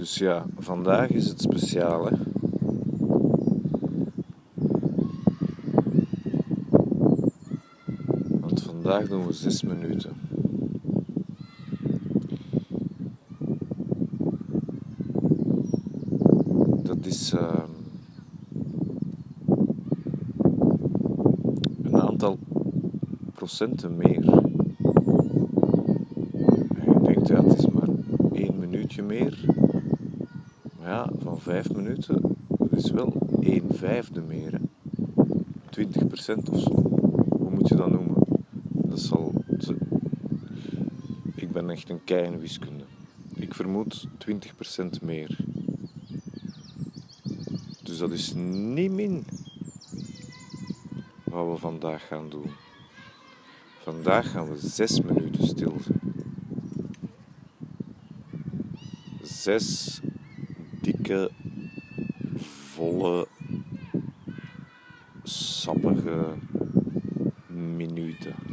Dus ja, vandaag is het speciaal, hè. Want vandaag doen we 6 minuten. Dat is een aantal procenten meer. En je denkt, ja, het is maar 1 minuutje meer. Maar ja, van 5 minuten, dat is wel 1/5 meer, hè. 20% of zo. Hoe moet je dat noemen? Dat zal... Ik ben echt een kei in wiskunde. Ik vermoed 20% meer. Dus dat is niet min wat we vandaag gaan doen. Vandaag gaan we 6 minuten stil zijn. 6 dikke, volle, sappige minuten.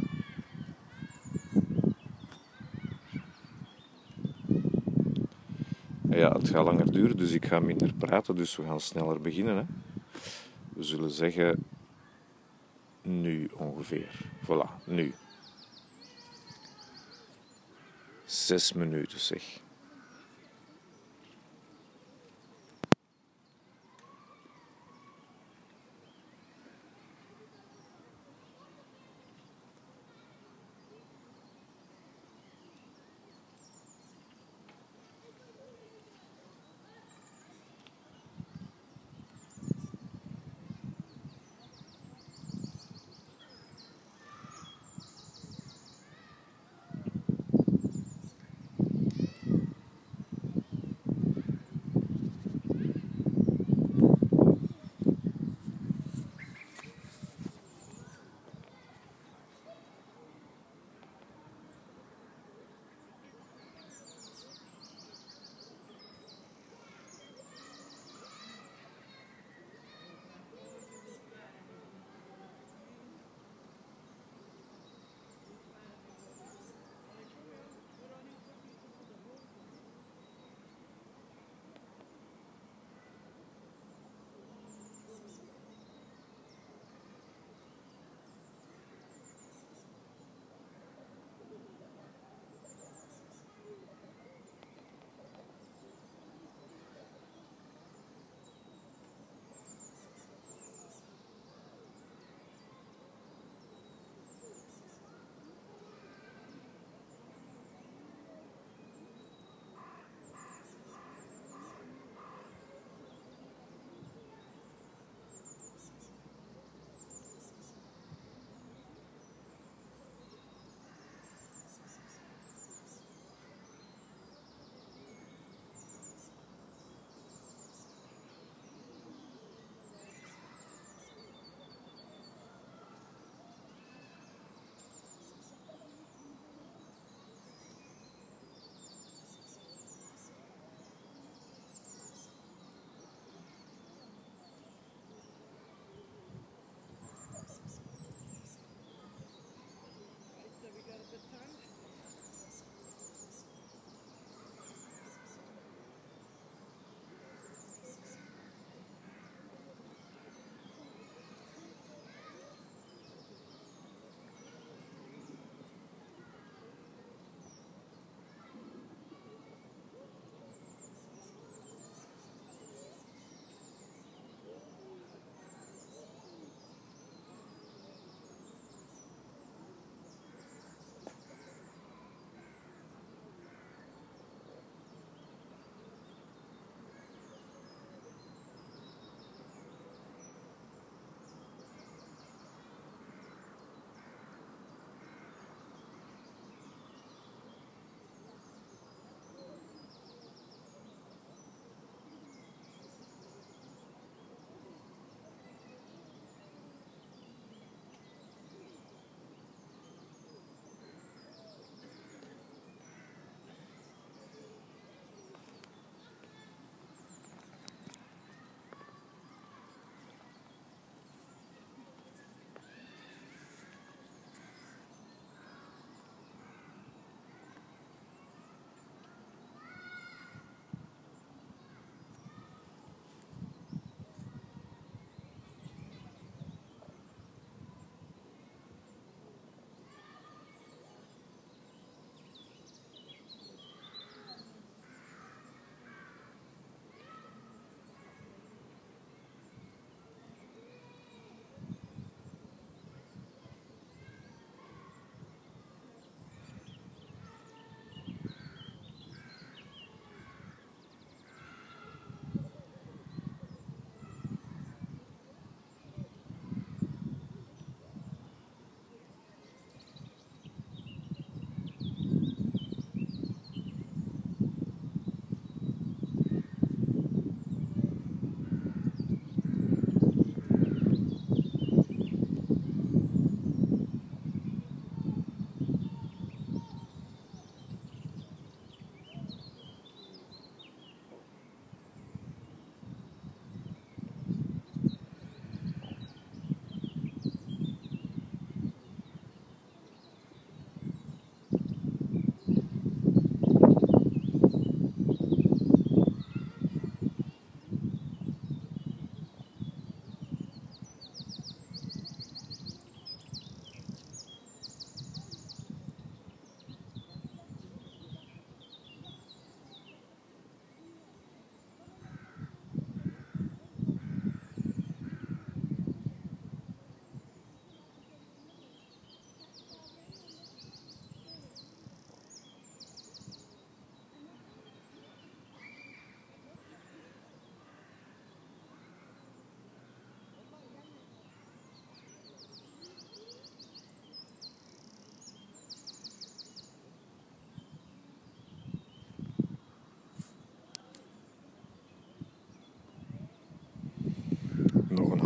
Ja, het gaat langer duren, dus ik ga minder praten, dus we gaan sneller beginnen, hè. We zullen zeggen nu ongeveer. Voilà, nu. 6 minuten, zeg.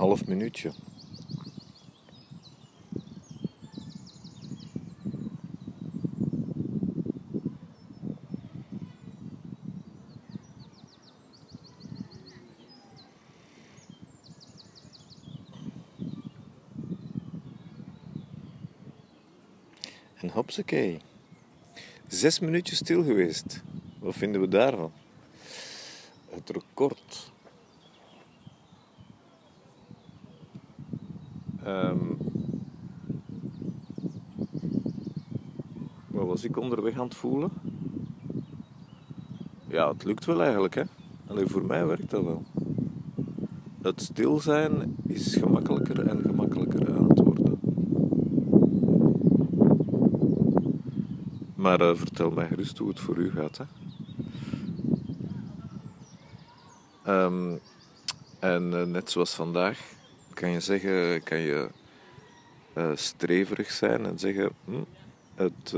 half minuutje. En hopsakee. 6 minuutjes stil geweest. Wat vinden we daarvan? Het record. Wat was ik onderweg aan het voelen? Ja, het lukt wel eigenlijk, hè. Alleen voor mij werkt dat wel. Het stil zijn is gemakkelijker en gemakkelijker aan het worden. Maar vertel mij gerust hoe het voor u gaat, hè. En net zoals vandaag kan je zeggen, kan je streverig zijn en zeggen, het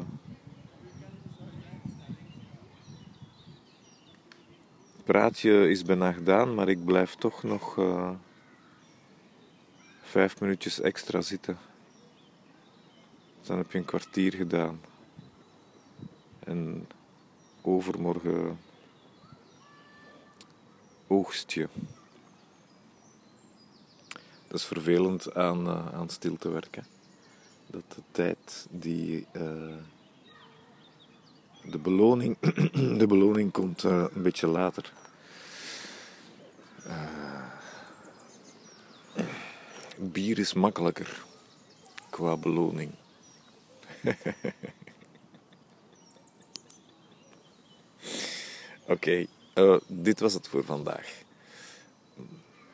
praatje is bijna gedaan, maar ik blijf toch nog 5 minuutjes extra zitten. Dan heb je een kwartier gedaan. En overmorgen oogst je. Dat is vervelend aan stil te werken. Dat de tijd die de beloning komt een beetje later. Bier is makkelijker qua beloning. Oké, dit was het voor vandaag.